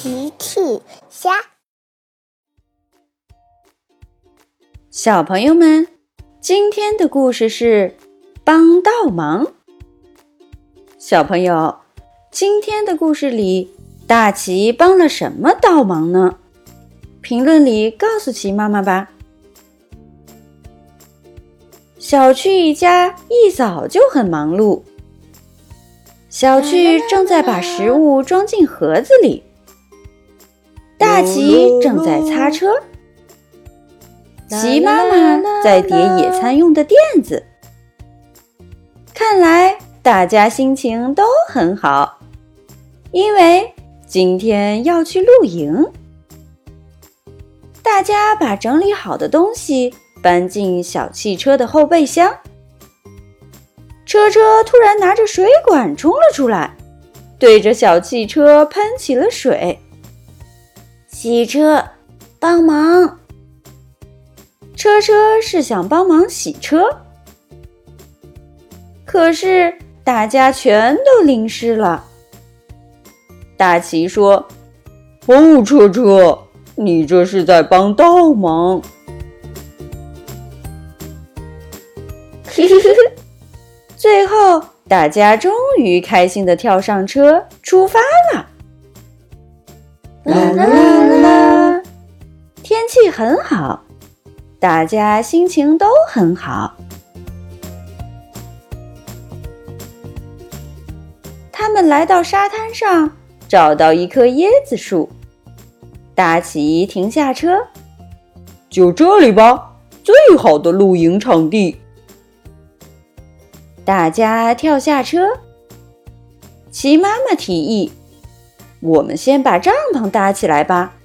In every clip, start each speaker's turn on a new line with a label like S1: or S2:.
S1: 奇趣虾。
S2: 小朋友们，今天的故事是帮倒忙。小朋友，今天的故事里，大奇帮了什么倒忙呢？评论里告诉奇妈妈吧。小趣一家一早就很忙碌。小趣正在把食物装进盒子里，大奇正在擦车，奇妈妈在叠野餐用的垫子。看来大家心情都很好，因为今天要去露营。大家把整理好的东西搬进小汽车的后备箱。车突然拿着水管冲了出来，对着小汽车喷起了水。
S1: 洗车，帮忙！
S2: 车是想帮忙洗车，可是大家全都淋湿了。大奇说：“哦，车，你这是在帮倒忙。”嘿嘿嘿嘿。最后，大家终于开心地跳上车，出发了。啦啦啦啦啦！天气很好，大家心情都很好。他们来到沙滩上，找到一棵椰子树。大奇停下车，就这里吧，最好的露营场地。大家跳下车，奇妈妈提议：“我们先把帐篷搭起来吧。”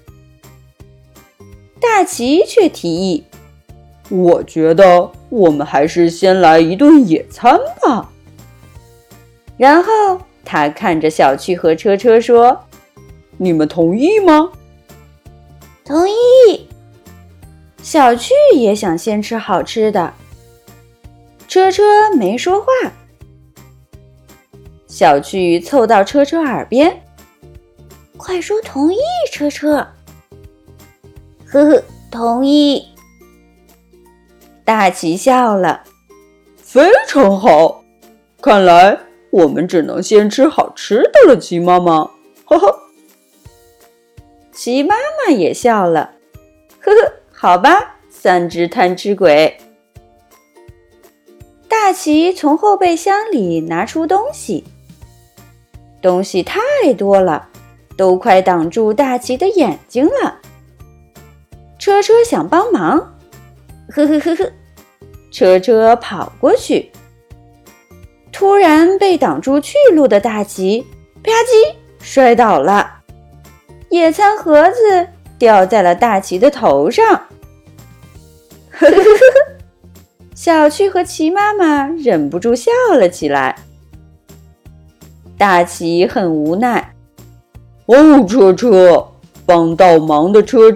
S2: 大奇却提议：“我觉得我们还是先来一顿野餐吧。”然后他看着小趣和车说：“你们同意吗？”
S1: 同意。
S2: 小趣也想先吃好吃的。车没说话。小趣凑到车耳边：“
S1: 快说同意，车。”呵呵，同意。
S2: 大奇笑了：“非常好，看来我们只能先吃好吃的了，奇妈妈。”呵呵。奇妈妈也笑了：“呵呵，好吧，三只贪吃鬼。”大奇从后备箱里拿出东西，东西太多了，都快挡住大奇的眼睛了。车想帮忙，呵呵呵呵，车跑过去，突然被挡住去路的大奇啪叽摔倒了，野餐盒子掉在了大奇的头上。呵呵呵呵。小趣和奇妈妈忍不住笑了起来。大奇很无奈：“哦，车，帮倒忙的车。”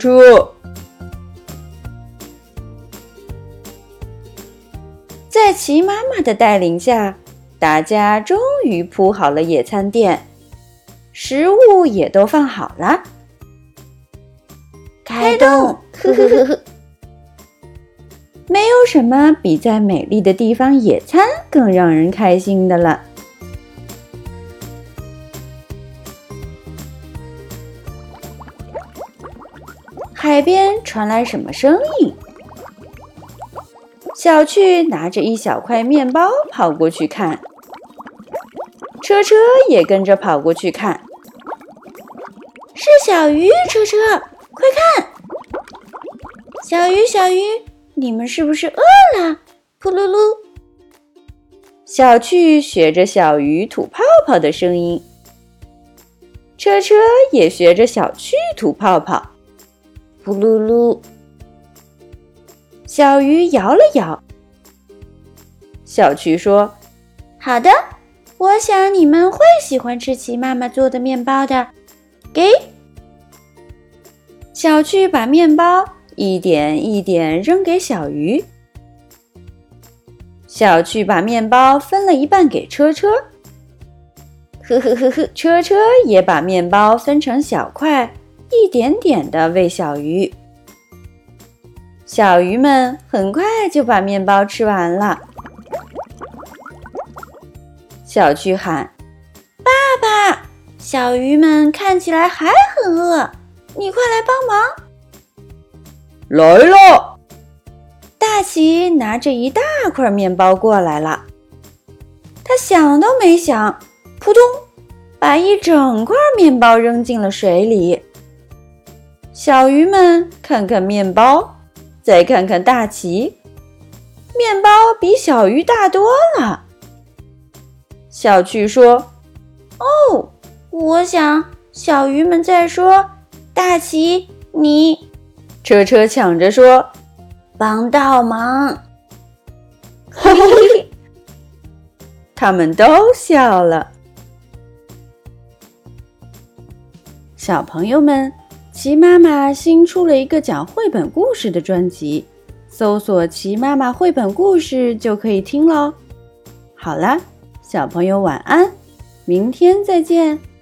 S2: 在奇妈妈的带领下，大家终于铺好了野餐垫，食物也都放好了。
S1: 开动！呵呵呵呵。
S2: 没有什么比在美丽的地方野餐更让人开心的了。海边传来什么声音？小趣拿着一小块面包跑过去看，车也跟着跑过去看。
S1: 是小鱼，车，快看！小鱼，你们是不是饿了？噗噜噜。
S2: 小趣学着小鱼吐泡泡的声音，车也学着小趣吐泡泡，噗噜噜。小鱼摇了摇。小趣说：“
S1: 好的，我想你们会喜欢吃奇妈妈做的面包的。给。”
S2: 小趣把面包一点一点扔给小鱼。小趣把面包分了一半给车， 呵呵呵呵，车车也把面包分成小块，一点点地喂小鱼。小鱼们很快就把面包吃完了。小趣喊：“
S1: 爸爸，小鱼们看起来还很饿，你快来帮忙！”
S2: 来了！大奇拿着一大块面包过来了。他想都没想，扑通，把一整块面包扔进了水里。小鱼们看看面包，再看看大奇，面包比小鱼大多了。小趣说：“
S1: 哦，我想小鱼们在说，大奇，你……”
S2: 车车抢着说：“帮倒忙！”嘿嘿嘿，他们都笑了。小朋友们，奇妈妈新出了一个讲绘本故事的专辑，搜索奇妈妈绘本故事就可以听咯。好了，小朋友晚安，明天再见。